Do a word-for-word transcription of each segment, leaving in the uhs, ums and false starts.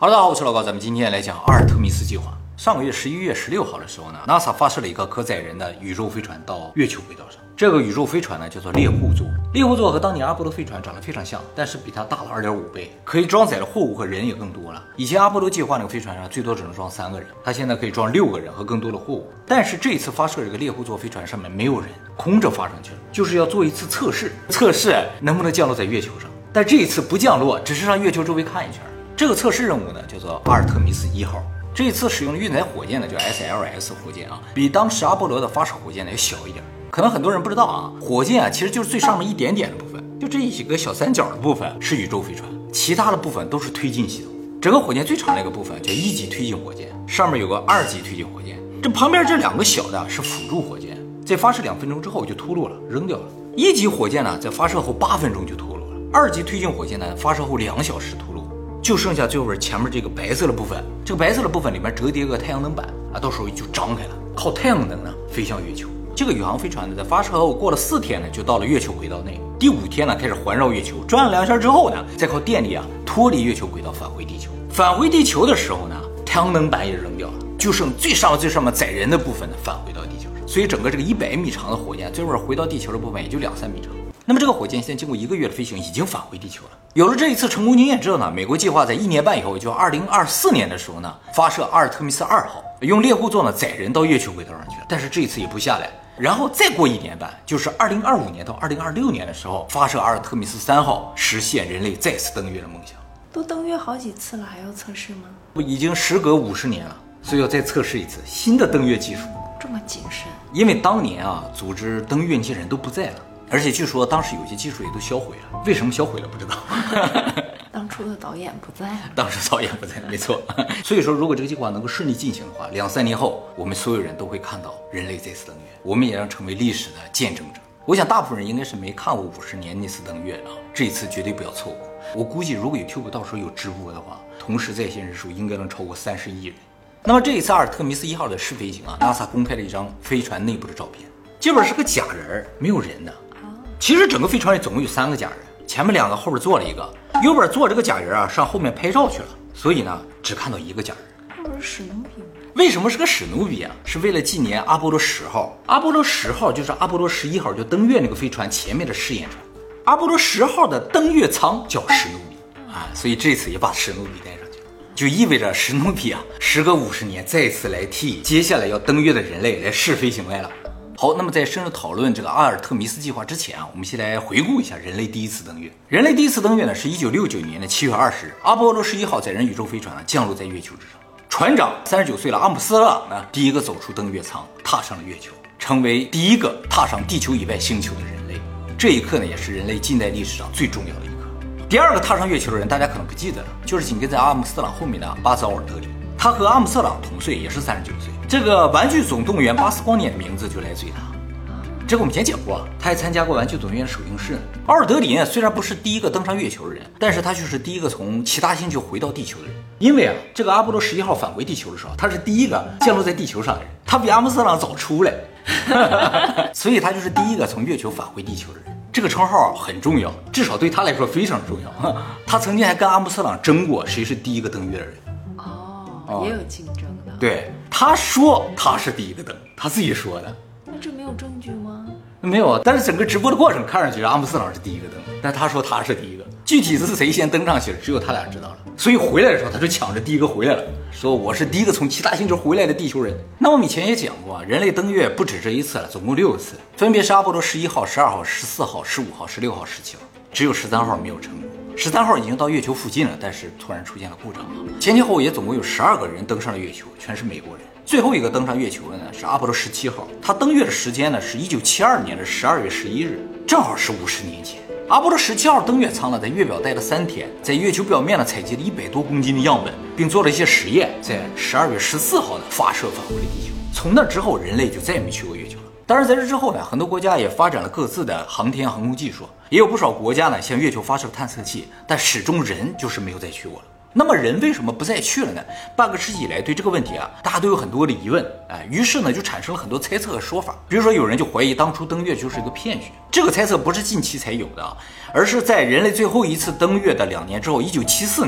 哈喽，大家好，我是老高，咱们今天来讲阿尔特弥斯计划。上个月十一月十六号的时候呢 ，NASA 发射了一个可载人的宇宙飞船到月球轨道上。这个宇宙飞船呢叫做猎户座。猎户座和当年阿波罗飞船长得非常像，但是比它大了 二点五倍，可以装载的货物和人也更多了。以前阿波罗计划那个飞船上最多只能装三个人，它现在可以装六个人和更多的货物。但是这一次发射这个猎户座飞船上面没有人，空着发上去了，就是要做一次测试，测试能不能降落在月球上。但这一次不降落，只是上月球周围看一圈。这个测试任务呢叫做阿尔特弥斯一号。这一次使用的运载火箭呢叫 S L S 火箭啊，比当时阿波罗的发射火箭呢要小一点。可能很多人不知道啊，火箭啊其实就是最上面一点点的部分，就这几个小三角的部分是宇宙飞船，其他的部分都是推进系统。整个火箭最长的一个部分叫一级推进火箭，上面有个二级推进火箭，这旁边这两个小的是辅助火箭，在发射两分钟之后就脱落了，扔掉了。一级火箭呢在发射后八分钟就脱落了，二级推进火箭呢发射后两小时脱落。就剩下最后前面这个白色的部分，这个白色的部分里面折叠个太阳能板啊，到时候就张开了，靠太阳能呢飞向月球。这个宇航飞船呢，在发射后过了四天呢，就到了月球轨道内。第五天呢，开始环绕月球，转了两圈之后呢，再靠电力啊脱离月球轨道返回地球。返回地球的时候呢，太阳能板也扔掉了，就剩最上面最上面载人的部分呢返回到地球上。所以整个这个一百米长的火箭，最后回到地球的部分也就两三米长。那么这个火箭现在经过一个月的飞行，已经返回地球了。有了这一次成功经验之后呢，美国计划在一年半以后，就二零二四年的时候呢，发射阿尔特弥斯二号，用猎户座呢载人到月球轨道上去了。但是这一次也不下来，然后再过一年半，就是二零二五年到二零二六年的时候，发射阿尔特弥斯三号，实现人类再次登月的梦想。 都登月好几次了，还要测试吗？ 不，已经时隔五十年了，所以要再测试一次新的登月技术。 这么谨慎？ 因为当年啊，组织登月那些人都不在了。而且据说当时有些技术也都销毁了，为什么销毁了不知道。 当初的导演不在了， 当时导演不在，没错。所以说，如果这个计划能够顺利进行的话，两三年后，我们所有人都会看到人类再次登月，我们也将成为历史的见证者。我想大部分人应该是没看过五十年那次登月的啊，这一次绝对不要错过。我估计如果YouTube到时候有直播的话，同时在线人数应该能超过三十亿人。那么这一次阿尔特弥斯一号的试飞行啊 ，NASA 公开了一张飞船内部的照片，基本是个假人，没有人的。其实整个飞船里总共有三个假人，前面两个，后边坐了一个。右边坐这个假人啊，上后面拍照去了，所以呢，只看到一个假人。 那不是史努比吗？ 为什么是个史努比啊？是为了纪念阿波罗十号。阿波罗十号就是阿波罗十一号，就登月那个飞船前面的试验船。阿波罗十号的登月舱叫史努比啊，所以这次也把史努比带上去了，就意味着史努比啊，时隔五十年再次来替接下来要登月的人类来试飞行来了。好，那么在深入讨论这个阿尔特弥斯计划之前啊，我们先来回顾一下人类第一次登月。人类第一次登月呢，是一九六九年的七月二十日，阿波罗十一号载人宇宙飞船呢降落在月球之上。船长三十九岁了阿姆斯特朗呢，第一个走出登月舱，踏上了月球，成为第一个踏上地球以外星球的人类。这一刻呢，也是人类近代历史上最重要的一刻。第二个踏上月球的人，大家可能不记得了，就是紧跟在阿姆斯特朗后面的巴兹奥尔德里。他和阿姆斯特朗同岁，也是三十九岁。这个玩具总动员巴斯光年的名字就来自于他。这个我们以前讲过，他还参加过玩具总动员的首映式呢。奥尔德里呢，虽然不是第一个登上月球的人，但是他却是第一个从其他星球回到地球的人。因为啊，这个阿波罗十一号返回地球的时候，他是第一个降落在地球上的人，他比阿姆斯特朗早出来，所以他就是第一个从月球返回地球的人。这个称号很重要，至少对他来说非常重要。他曾经还跟阿姆斯特朗争过谁是第一个登月的人。 哦，也有竞争的。 对，他说他是第一个登，他自己说的。 那这没有证据吗？ 没有，但是整个直播的过程看上去阿姆斯特朗是第一个登，但他说他是第一个，具体是谁先登上去了，只有他俩知道了。所以回来的时候他就抢着第一个回来了，说我是第一个从其他星球回来的地球人。那我们以前也讲过，人类登月不止这一次了，总共六次，分别是阿波罗十一号、十二号、十四号、十五号、十六号、十七号，只有十三号没有成功。十三号已经到月球附近了，但是突然出现了故障啊。前前后后也总共有十二个人登上了月球，全是美国人。最后一个登上月球的呢是阿波罗十七号，他登月的时间呢是一九七二年的十二月十一日，正好是五十年前。阿波罗十七号登月舱呢在月表待了三天，在月球表面呢采集了一百多公斤的样本，并做了一些实验，在十二月十四号呢发射返回了地球。从那之后，人类就再也没去过月球了。当然，在这之后呢，很多国家也发展了各自的航天航空技术，也有不少国家呢向月球发射探测器，但始终人就是没有再去过了。那么人为什么不再去了呢？半个世纪以来，对这个问题啊，大家都有很多的疑问，哎，于是呢，就产生了很多猜测和说法。比如说，有人就怀疑当初登月就是一个骗局。这个猜测不是近期才有的啊，而是在人类最后一次登月的两年之后，一九七四年，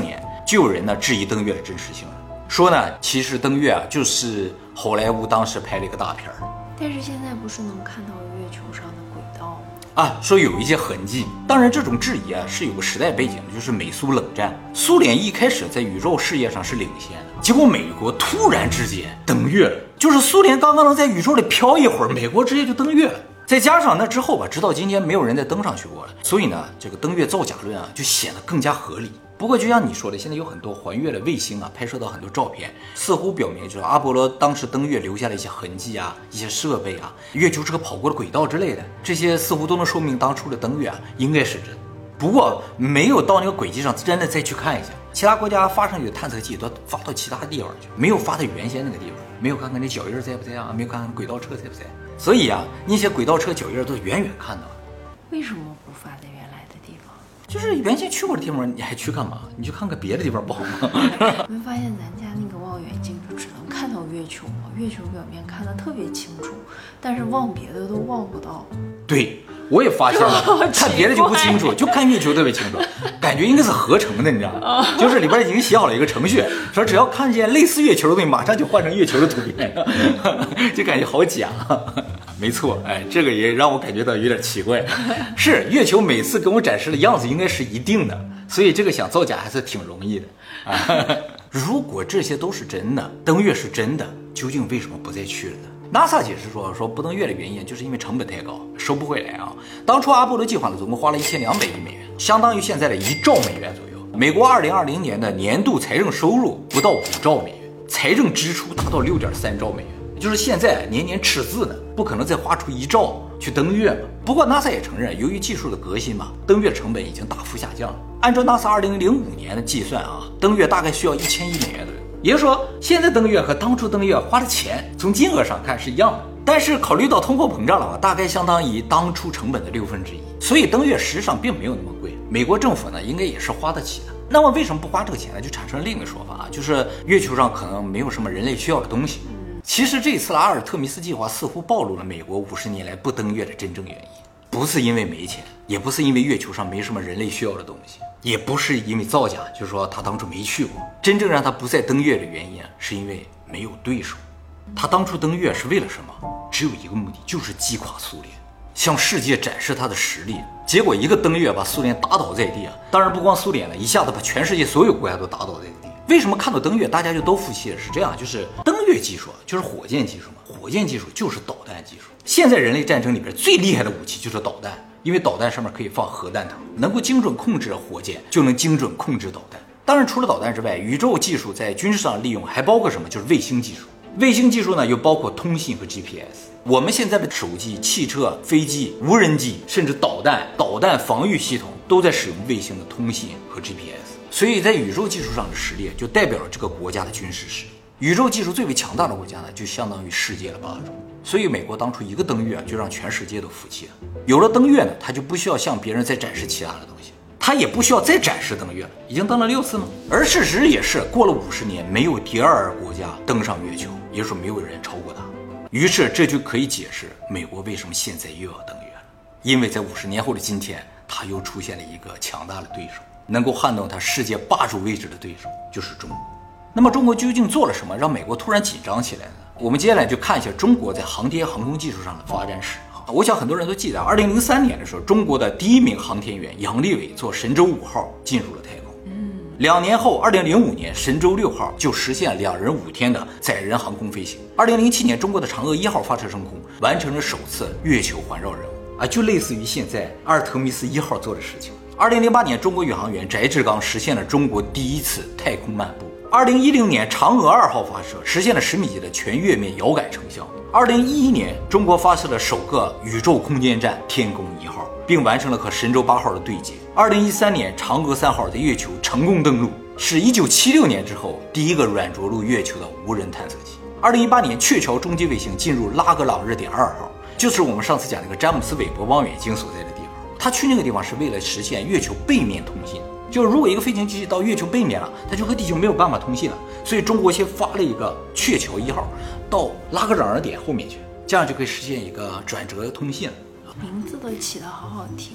就有人呢质疑登月的真实性了，说呢其实登月啊就是好莱坞当时拍了一个大片儿。 但是现在不是能看到月球上的轨道吗？ 啊，说有一些痕迹。当然，这种质疑啊是有个时代背景的，就是美苏冷战。苏联一开始在宇宙事业上是领先的，结果美国突然之间登月了，就是苏联刚刚能在宇宙里飘一会儿，美国直接就登月了。再加上那之后吧，直到今天没有人再登上去过了，所以呢，这个登月造假论啊就显得更加合理。不过就像你说的，现在有很多还原的卫星啊，拍摄到很多照片，似乎表明就是阿波罗当时登月留下了一些痕迹啊，一些设备啊，月球是个跑过的轨道之类的，这些似乎都能说明当初的登月啊应该是真。不过没有到那个轨迹上真的再去看一下，其他国家发上去的探测器都发到其他地方去，没有发到原先那个地方，没有看看那脚印在不在啊，没有看看轨道车在不在。所以啊，那些轨道车脚印都远远看到了。 为什么不发在原来的地方？ 就是原先去过的地方，你还去干嘛？你去看看别的地方不好吗？ 你会发现咱家那个望远镜就只能看到月球嘛，月球表面看得特别清楚，但是望别的都望不到。 对，我也发现了，看别的就不清楚，就看月球特别清楚，感觉应该是合成的，你知道吗？就是里边已经写好了一个程序，说只要看见类似月球的东西，马上就换成月球的图片，就感觉好假。没错，哎，这个也让我感觉到有点奇怪。是月球每次给我展示的样子应该是一定的，所以这个想造假还是挺容易的啊。如果这些都是真的，登月是真的，究竟为什么不再去了呢？NASA 解释说，说不登月的原因就是因为成本太高，收不回来啊。当初阿波罗计划呢，总共花了一千两百亿美元，相当于现在的一兆美元左右。美国二零二零年的年度财政收入不到五兆美元，财政支出达到六点三兆美元，也就是现在年年赤字呢，不可能再花出一兆去登月嘛。不过 NASA 也承认，由于技术的革新嘛，登月成本已经大幅下降了。按照 NASA 二零零五年的计算啊，登月大概需要一千亿美元左右。也就是说，现在登月和当初登月花的钱，从金额上看是一样的，但是考虑到通货膨胀了嘛，大概相当于当初成本的六分之一，所以登月实际上并没有那么贵。美国政府呢，应该也是花得起的。那么为什么不花这个钱呢？就产生另一个说法啊，就是月球上可能没有什么人类需要的东西。其实这次的阿尔特弥斯计划似乎暴露了美国五十年来不登月的真正原因，不是因为没钱，也不是因为月球上没什么人类需要的东西，也不是因为造假，就是说他当初没去过。真正让他不再登月的原因啊，是因为没有对手。他当初登月是为了什么？只有一个目的，就是击垮苏联，向世界展示他的实力。结果一个登月把苏联打倒在地啊！当然不光苏联了，一下子把全世界所有国家都打倒在地。为什么看到登月大家就都服气了？是这样，就是登月技术就是火箭技术嘛，火箭技术就是导弹技术。现在人类战争里边最厉害的武器就是导弹，因为导弹上面可以放核弹头，能够精准控制火箭，就能精准控制导弹。当然除了导弹之外，宇宙技术在军事上的利用还包括什么？就是卫星技术。卫星技术呢，又包括通信和 G P S。我们现在的手机、汽车、飞机、无人机，甚至导弹、导弹防御系统都在使用卫星的通信和 G P S。所以在宇宙技术上的实力，就代表了这个国家的军事实力。宇宙技术最为强大的国家呢，就相当于世界的霸主。所以美国当初一个登月就让全世界都服气了。有了登月呢，他就不需要向别人再展示其他的东西，他也不需要再展示登月了，已经登了六次吗？而事实也是，过了五十年，没有第二个国家登上月球，也就是说没有人超过他。于是这就可以解释美国为什么现在又要登月了，因为在五十年后的今天，他又出现了一个强大的对手，能够撼动他世界霸主位置的对手就是中国。那么中国究竟做了什么，让美国突然紧张起来呢？我们接下来就看一下中国在航天航空技术上的发展史啊。我想很多人都记得，二零零三年的时候，中国的第一名航天员杨利伟坐神舟五号进入了太空。嗯，两年后，二零零五年，神舟六号就实现两人五天的载人航空飞行。二零零七年，中国的嫦娥一号发射升空，完成了首次月球环绕任务啊，就类似于现在阿尔特弥斯一号做的事情。二零零八年，中国宇航员翟志刚实现了中国第一次太空漫步。二零一零年，嫦娥二号发射，实现了十米级的全月面遥感成像。二零一一年，中国发射了首个宇宙空间站天宫一号，并完成了和神舟八号的对接。二零一三年，嫦娥三号在月球成功登陆，是一九七六年之后第一个软着陆月球的无人探测器。二零一八年，鹊桥中继卫星进入拉格朗日点二号，就是我们上次讲那个詹姆斯韦伯望远镜所在的地方。他去那个地方是为了实现月球背面通信。就是如果一个飞行机器到月球背面了，它就和地球没有办法通信了，所以中国先发了一个鹊桥一号到拉格朗日点后面去，这样就可以实现一个转折通信了。 名字都起得好好听啊，月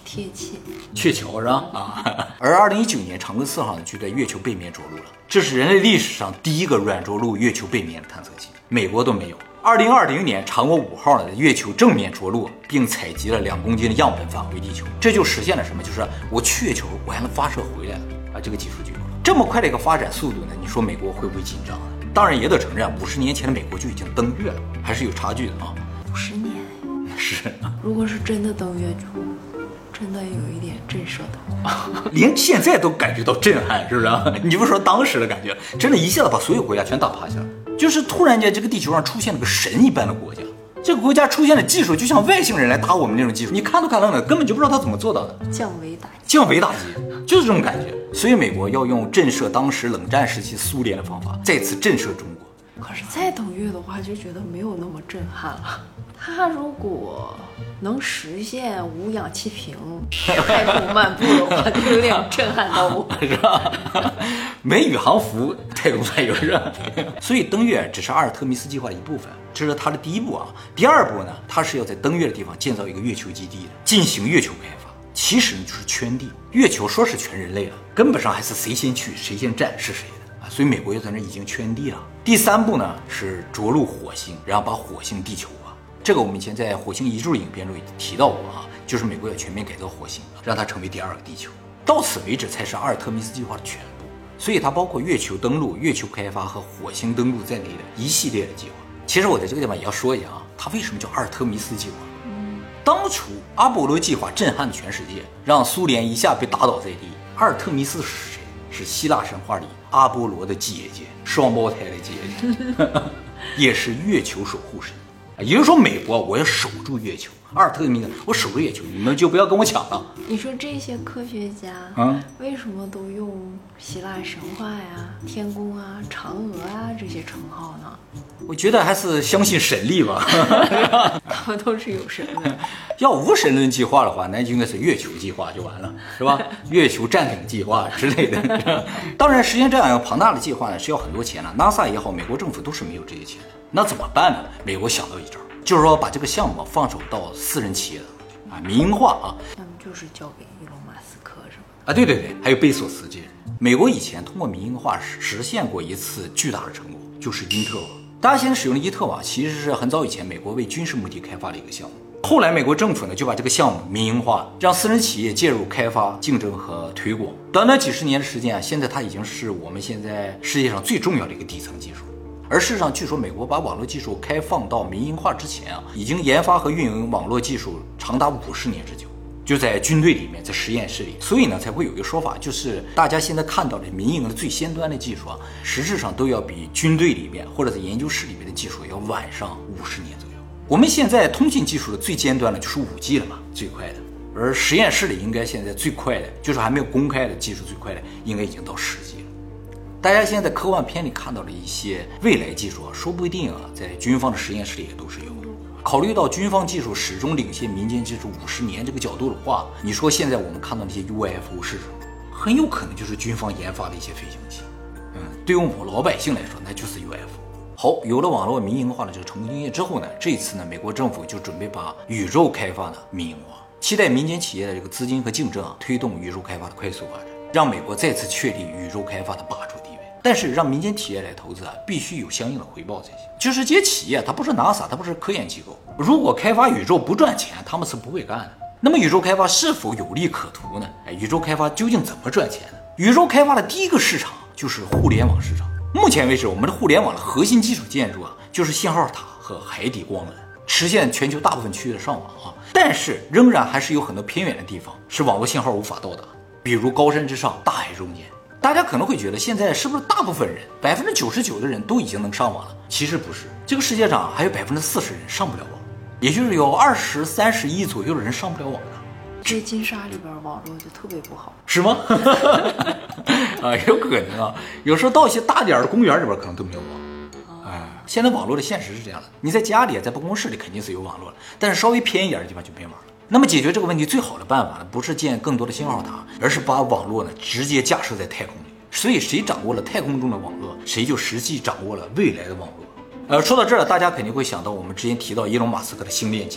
贴切， 鹊桥是吧？啊，而二零一九年长庚四号呢就在月球背面着陆了，这是人类历史上第一个软着陆月球背面的探测器，美国都没有。二零二零年嫦娥五号呢在月球正面着陆，并采集了两公斤的样本返回地球，这就实现了什么？就是我去月球我还能发射回来了啊！这个技术就有了。这么快的一个发展速度呢，你说美国会不会紧张呢？当然也得承认，五十年前的美国就已经登月了，还是有差距的啊。 五十年是， 如果是真的登月球，真的有一点震慑到， 连现在都感觉到震撼，是不是？你不说当时的感觉，真的一下子把所有国家全打趴下了。就是突然间，这个地球上出现了个神一般的国家，这个国家出现的技术就像外星人来打我们那种技术，你看都看愣了，根本就不知道他怎么做到的。 降维打击， 降维打击，就是这种感觉。所以美国要用震慑当时冷战时期苏联的方法，再次震慑中国。 可是再登月的话，就觉得没有那么震撼了。它如果能实现无氧气瓶太空漫步的话，就有点震撼到我， 是吧？没宇航服，太空漫游是吧？所以登月只是阿尔特弥斯计划的一部分，这是它的第一步啊。第二步呢，它是要在登月的地方建造一个月球基地的，进行月球开发。其实呢，就是圈地。月球说是全人类了，根本上还是谁先去谁先占是谁的啊。所以美国就在那已经圈地了。第三步呢是着陆火星，然后把火星地球化。这个我们以前在火星移住影片中也提到过啊，就是美国要全面改造火星，让它成为第二个地球。到此为止才是阿尔特弥斯计划的全部，所以它包括月球登陆、月球开发和火星登陆在内的一系列的计划。其实我在这个地方也要说一下啊，它为什么叫阿尔特弥斯计划？当初阿波罗计划震撼了全世界，让苏联一下被打倒在地。阿尔特弥斯是谁？是希腊神话里阿波罗的姐姐，双胞胎的姐姐，也是月球守护神。也就是说，美国我要守住月球，阿尔特弥斯我守住月球，你们就不要跟我抢了。 你说这些科学家， 嗯， 为什么都用希腊神话呀、天宫啊、嫦娥啊这些称号呢？ 我觉得还是相信神力吧。 他们都是有神的。 要无神论计划的话，那就应该是月球计划就完了，是吧？月球占领计划之类的。当然，实现这样一个庞大的计划呢，是要很多钱的。NASA 也好，美国政府都是没有这些钱的。那怎么办呢？美国想到一招，就是说把这个项目放手到私人企业的啊，民营化啊。 那么就是交给伊隆马斯克是吧？ 啊，对对对，还有贝索斯这些人。美国以前通过民营化实现过一次巨大的成功，就是因特网。大家现在使用的伊特网其实是很早以前美国为军事目的开发的一个项目。后来美国政府呢就把这个项目民营化，让私人企业介入开发、竞争和推广。短短几十年的时间啊，现在它已经是我们现在世界上最重要的一个底层技术。而事实上，据说美国把网络技术开放到民营化之前啊，已经研发和运营网络技术长达五十年之久，就在军队里面，在实验室里。所以呢，才会有一个说法，就是大家现在看到的民营的最先端的技术啊，实质上都要比军队里面或者在研究室里面的技术要晚上五十年左右。我们现在通信技术的最尖端的就是五 G 了嘛，最快的。而实验室里应该现在最快的，就是还没有公开的技术最快的，应该已经到十 G 了。大家现在在科幻片里看到的一些未来技术啊，说不一定啊，在军方的实验室里也都是有的。考虑到军方技术始终领先民间技术五十年这个角度的话，你说现在我们看到那些 U F O 是什么？很有可能就是军方研发的一些飞行器。嗯，对于我们老百姓来说，那就是 U F O。好，有了网络民营化的这个成功经验之后呢，这一次呢，美国政府就准备把宇宙开发呢民营化，期待民间企业的这个资金和竞争啊，推动宇宙开发的快速发展，让美国再次确立宇宙开发的霸主地位。但是让民间企业来投资啊，必须有相应的回报才行。就是这些企业，它不是 NASA， 它不是科研机构。如果开发宇宙不赚钱，他们是不会干的。那么宇宙开发是否有利可图呢？哎，宇宙开发究竟怎么赚钱呢？宇宙开发的第一个市场就是互联网市场。目前为止，我们的互联网的核心基础建筑啊，就是信号塔和海底光缆，实现全球大部分区域的上网啊。但是仍然还是有很多偏远的地方是网络信号无法到达，比如高山之上、大海中间。大家可能会觉得，现在是不是大部分人，百分之九十九的人都已经能上网了？其实不是，这个世界上还有百分之四十人上不了网，也就是有二十三十亿左右的人上不了网的。 这金沙里边网络就特别不好， 是吗？啊，有可能啊，有时候到一些大点的公园里边可能都没有网。哎，现在网络的现实是这样的，你在家里在办公室里肯定是有网络了，但是稍微偏一点的地方就没网了。那么解决这个问题最好的办法呢，不是建更多的信号塔，而是把网络呢直接架设在太空里。所以谁掌握了太空中的网络，谁就实际掌握了未来的网络。呃，说到这儿，大家肯定会想到我们之前提到伊隆马斯克的星链计划。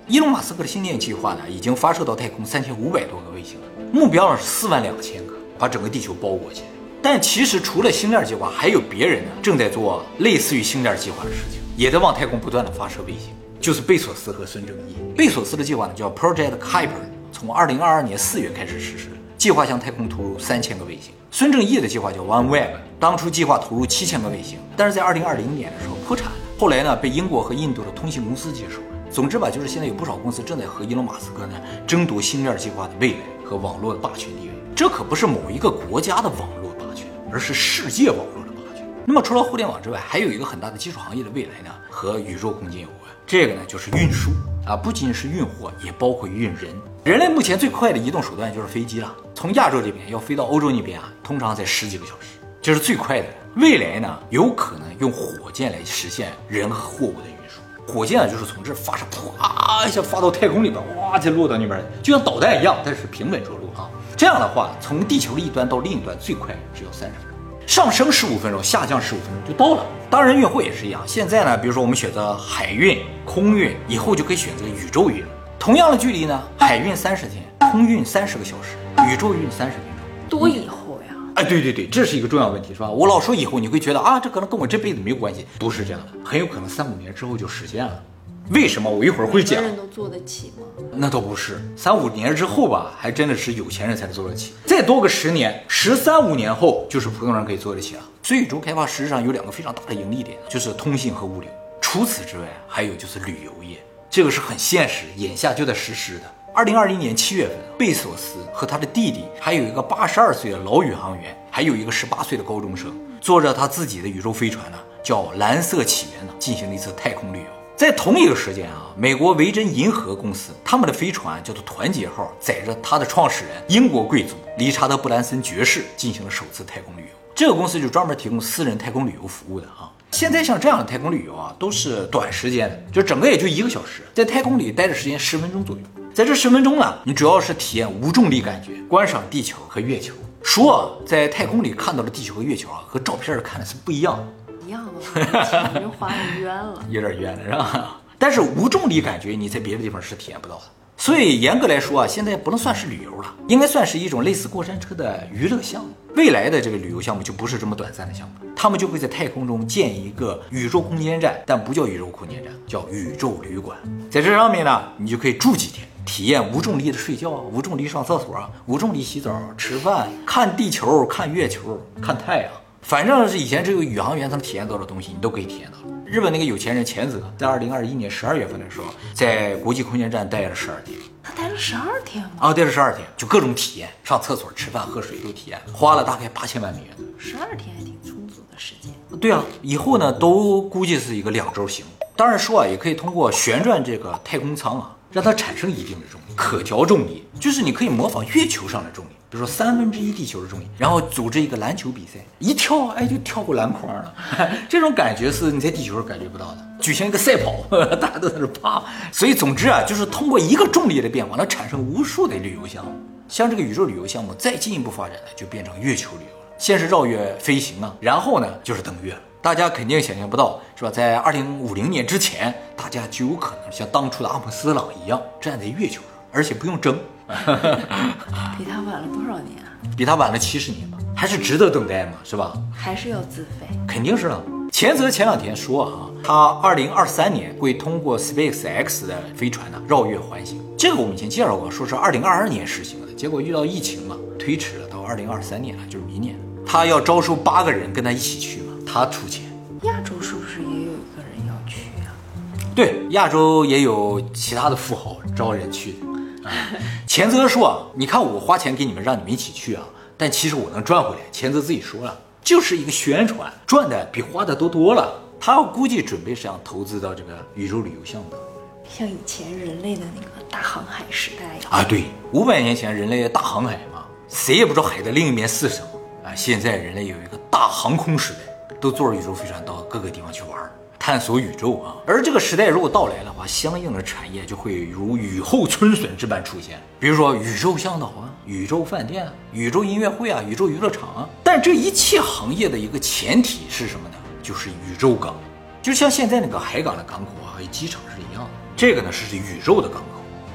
伊隆马斯克的星链计划呢，已经发射到太空三千五百多个卫星了，目标呢是四万两千个，把整个地球包裹起来。但其实除了星链计划，还有别人呢正在做类似于星链计划的事情，也在往太空不断的发射卫星，就是贝索斯和孙正义。贝索斯的计划呢叫 Project Kuiper， 从二零二二年四月开始实施，计划向太空投入三千个卫星。孙正义的计划叫 OneWeb， 当初计划投入七千个卫星，但是在二零二零年的时候破产了，后来呢被英国和印度的通信公司接手了。总之吧，就是现在有不少公司正在和伊隆马斯克呢争夺星链计划的未来和网络的霸权地位。这可不是某一个国家的网络霸权，而是世界网络的霸权。那么除了互联网之外，还有一个很大的技术行业的未来呢，和宇宙空间有关。这个呢就是运输啊，不仅是运货，也包括运人。人类目前最快的移动手段就是飞机了，从亚洲这边要飞到欧洲那边啊，通常在十几个小时，这是最快的。未来呢，有可能用火箭来实现人和货物的运输。火箭啊，就是从这发射，啪一下发到太空里边，哇，再落到那边，就像导弹一样，但是平稳着陆啊。这样的话，从地球的一端到另一端最快只要三十分钟，上升十五分钟，下降十五分钟就到了。当然，运货也是一样。现在呢，比如说我们选择海运、空运，以后就可以选择宇宙运了。同样的距离呢，海运三十天，空运三十个小时，宇宙运三十分钟。 多以后呀？ 哎，对对对，这是一个重要问题，是吧？我老说以后，你会觉得啊，这可能跟我这辈子没有关系，不是这样的，很有可能三五年之后就实现了。为什么？我一会儿会讲。 每个人都做得起吗？ 那倒不是，三五年之后吧，还真的是有钱人才能做得起。再多个十年，十三五年后，就是普通人可以做得起了。所以宇宙开发实际上有两个非常大的盈利点，就是通信和物流。除此之外，还有就是旅游业，这个是很现实，眼下就在实施的。二零二零年七月份，贝索斯和他的弟弟，还有一个八十二岁的老宇航员，还有一个十八岁的高中生，坐着他自己的宇宙飞船呢，叫蓝色起源呢，进行了一次太空旅游。在同一个时间啊，美国维珍银河公司他们的飞船叫做团结号，载着他的创始人英国贵族理查德·布兰森爵士进行了首次太空旅游。这个公司就专门提供私人太空旅游服务的啊。现在像这样的太空旅游啊，都是短时间的，就整个也就一个小时，在太空里待的时间十分钟左右。在这十分钟呢，你主要是体验无重力感觉，观赏地球和月球。说啊，在太空里看到的地球和月球啊，和照片上看的是不一样的。 一样的，感觉画的冤了， 有点冤了，是吧？但是无重力感觉你在别的地方是体验不到的。所以严格来说啊，现在不能算是旅游了，应该算是一种类似过山车的娱乐项目。未来的这个旅游项目就不是这么短暂的项目，他们就会在太空中建一个宇宙空间站，但不叫宇宙空间站，叫宇宙旅馆。在这上面呢，你就可以住几天，体验无重力的睡觉，无重力上厕所，无重力洗澡、吃饭、看地球、看月球、看太阳。反正是以前只有宇航员才能体验到的东西，你都可以体验到了。日本那个有钱人前泽，在二零二一年十二月份的时候，在国际空间站待了十二天。 他待了十二天吗？ 啊，待了十二天，就各种体验，上厕所、吃饭、喝水都体验，花了大概八千万美元。 十二天还挺充足的时间。 对啊，以后呢都估计是一个两周行。当然说啊，也可以通过旋转这个太空舱啊，让它产生一定的重力，可调重力，就是你可以模仿月球上的重力。比如说三分之一地球的重力，然后组织一个篮球比赛，一跳哎就跳过篮筐了，这种感觉是你在地球上感觉不到的。举行一个赛跑，大家都在那啪。所以总之啊，就是通过一个重力的变化，能产生无数的旅游项目。像这个宇宙旅游项目再进一步发展呢，就变成月球旅游了。先是绕月飞行啊，然后呢就是登月了。大家肯定想象不到，是吧？在二零五零年之前，大家就有可能像当初的阿姆斯特朗一样站在月球上，而且不用争。 比他晚了多少年啊？ 比他晚了七十年吧，还是值得等待嘛，是吧？ 还是要自费？ 肯定是了。前泽前两天说啊，他二零二三年会通过 SpaceX 的飞船呢绕月环行。这个我们以前介绍过，说是二零二二年实行的，结果遇到疫情嘛，推迟了到二零二三年了，就是明年。他要招收八个人跟他一起去嘛，他出钱。 亚洲是不是也有一个人要去啊？ 对，亚洲也有其他的富豪招人去的。钱泽说啊，你看我花钱给你们，让你们一起去啊，但其实我能赚回来。钱泽自己说了，就是一个宣传，赚的比花的多多了。他要估计准备是想投资到这个宇宙旅游项目的， 像以前人类的那个大航海时代啊，对，五百年前人类的大航海嘛，谁也不知道海的另一面是什么啊。现在人类有一个大航空时代，都坐着宇宙飞船到各个地方去玩。探索宇宙啊，而这个时代如果到来的话，相应的产业就会如雨后春笋之般出现。比如说宇宙向导啊、宇宙饭店啊、宇宙音乐会啊、宇宙娱乐场啊。但这一切行业的一个前提是什么呢？就是宇宙港，就像现在那个海港的港口啊、机场是一样的。这个呢是宇宙的港口。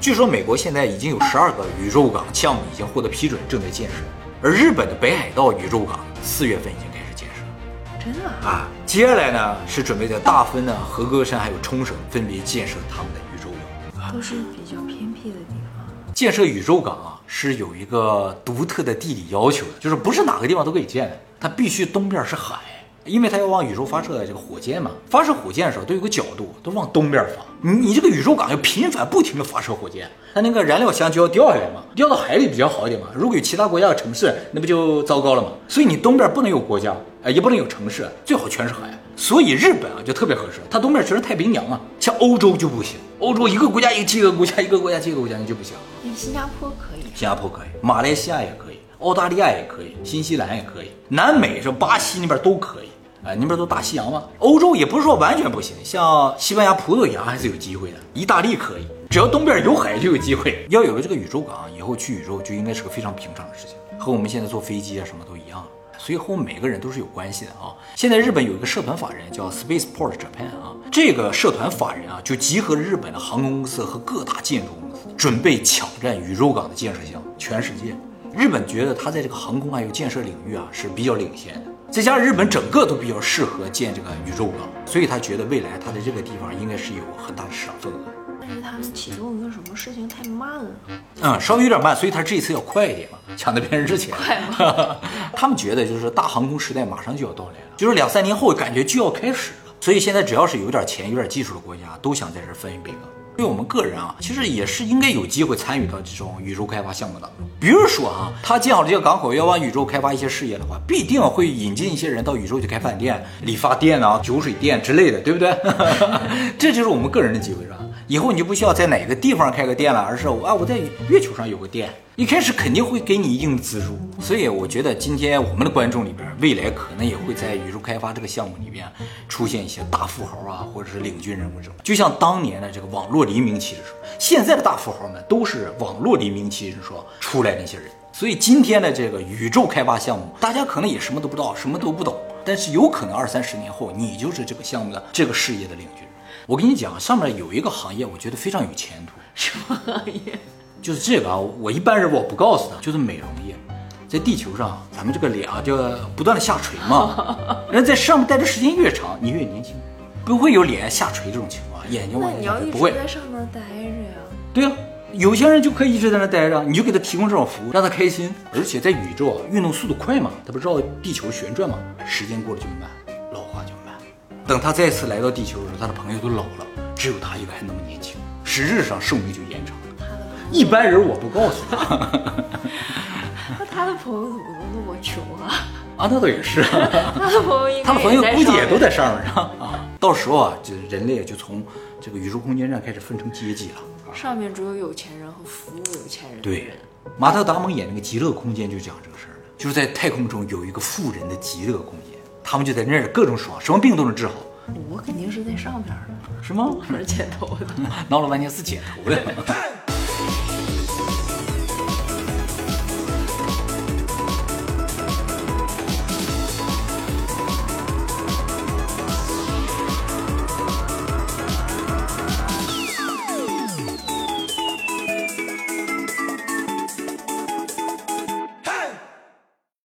据说美国现在已经有十二个宇宙港项目已经获得批准，正在建设。而日本的北海道宇宙港四月份已经开始建设。 真的啊？ 啊，接下来呢是准备在大分呢、和歌山还有冲绳分别建设他们的宇宙港。 都是比较偏僻的地方。 建设宇宙港啊，是有一个独特的地理要求的，就是不是哪个地方都可以建的，它必须东边是海。因为它要往宇宙发射这个火箭嘛，发射火箭的时候都有个角度，都往东边发。你你这个宇宙港要频繁不停的发射火箭，它那个燃料箱就要掉下来嘛，掉到海里比较好一点嘛。如果有其他国家的城市，那不就糟糕了嘛？所以你东边不能有国家，呃，也不能有城市，最好全是海。所以日本啊就特别合适，它东边全是太平洋嘛。像欧洲就不行，欧洲一个国家一个接一个国家，一个国家接一个国家，你就不行。 新加坡可以， 新加坡可以，马来西亚也可以，澳大利亚也可以，新西兰也可以，南美是巴西那边都可以。啊，你们都大西洋吗？欧洲也不是说完全不行，像西班牙、葡萄牙还是有机会的，意大利可以，只要东边有海就有机会。要有了这个宇宙港，以后去宇宙就应该是个非常平常的事情，和我们现在坐飞机啊什么都一样。所以和我们每个人都是有关系的啊。现在日本有一个社团法人叫 Spaceport Japan 啊，这个社团法人啊就集合了日本的航空公司和各大建筑公司，准备抢占宇宙港的建设项目，全世界。日本觉得它在这个航空还有建设领域啊是比较领先的。再加上日本整个都比较适合建这个宇宙港，所以他觉得未来他在这个地方应该是有很大的市场份额。 但是他们启动一个什么事情太慢了， 嗯，稍微有点慢，所以他这次要快一点嘛，抢在别人之前。 快吗？ 他们觉得就是大航空时代马上就要到来了，就是两三年后感觉就要开始了。所以现在只要是有点钱、有点技术的国家，都想在这分一杯羹。对我们个人啊，其实也是应该有机会参与到这种宇宙开发项目当中。比如说啊，他建好这个港口，要往宇宙开发一些事业的话，必定会引进一些人到宇宙去开饭店、理发店啊、酒水店之类的，对不对？这就是我们个人的机会，是吧？以后你就不需要在哪个地方开个店了，而是啊，我在月球上有个店。一开始肯定会给你一定的资助，所以我觉得今天我们的观众里边，未来可能也会在宇宙开发这个项目里边出现一些大富豪啊，或者是领军人物这种。就像当年的这个网络黎明期的时候，现在的大富豪们都是网络黎明期的时候出来那些人。所以今天的这个宇宙开发项目，大家可能也什么都不知道，什么都不懂，但是有可能二三十年后，你就是这个项目的这个事业的领军人。我跟你讲，上面有一个行业，我觉得非常有前途。 什么行业？ 就是这个啊，我一般人我不告诉他，就是美容业。在地球上，咱们这个脸啊，就不断的下垂嘛。人在上面待的时间越长，你越年轻，不会有脸下垂这种情况，眼睛往下垂不会。 那你要一直在上面待着呀？ 对啊，有些人就可以一直在那待着，你就给他提供这种服务，让他开心。而且在宇宙啊，运动速度快嘛，他不是绕地球旋转嘛，时间过得就慢，老化就慢。等他再次来到地球的时候，他的朋友都老了，只有他一个还那么年轻，实质上寿命就延长。一般人我不告诉他。 那他的朋友怎么能那么穷啊？ 啊，那倒也是。 他的朋友应该他的朋友估计也都在上面上啊。到时候啊，这人类就从这个宇宙空间站开始分成阶级了。 上面只有有钱人和服务有钱人。 对，马特·达蒙演那个《极乐空间》就讲这个事儿了，就是在太空中有一个富人的极乐空间，他们就在那儿各种爽，什么病都能治好。 我肯定是在上边的， 是吗？ 我是剪头的， 闹了半天是剪头的。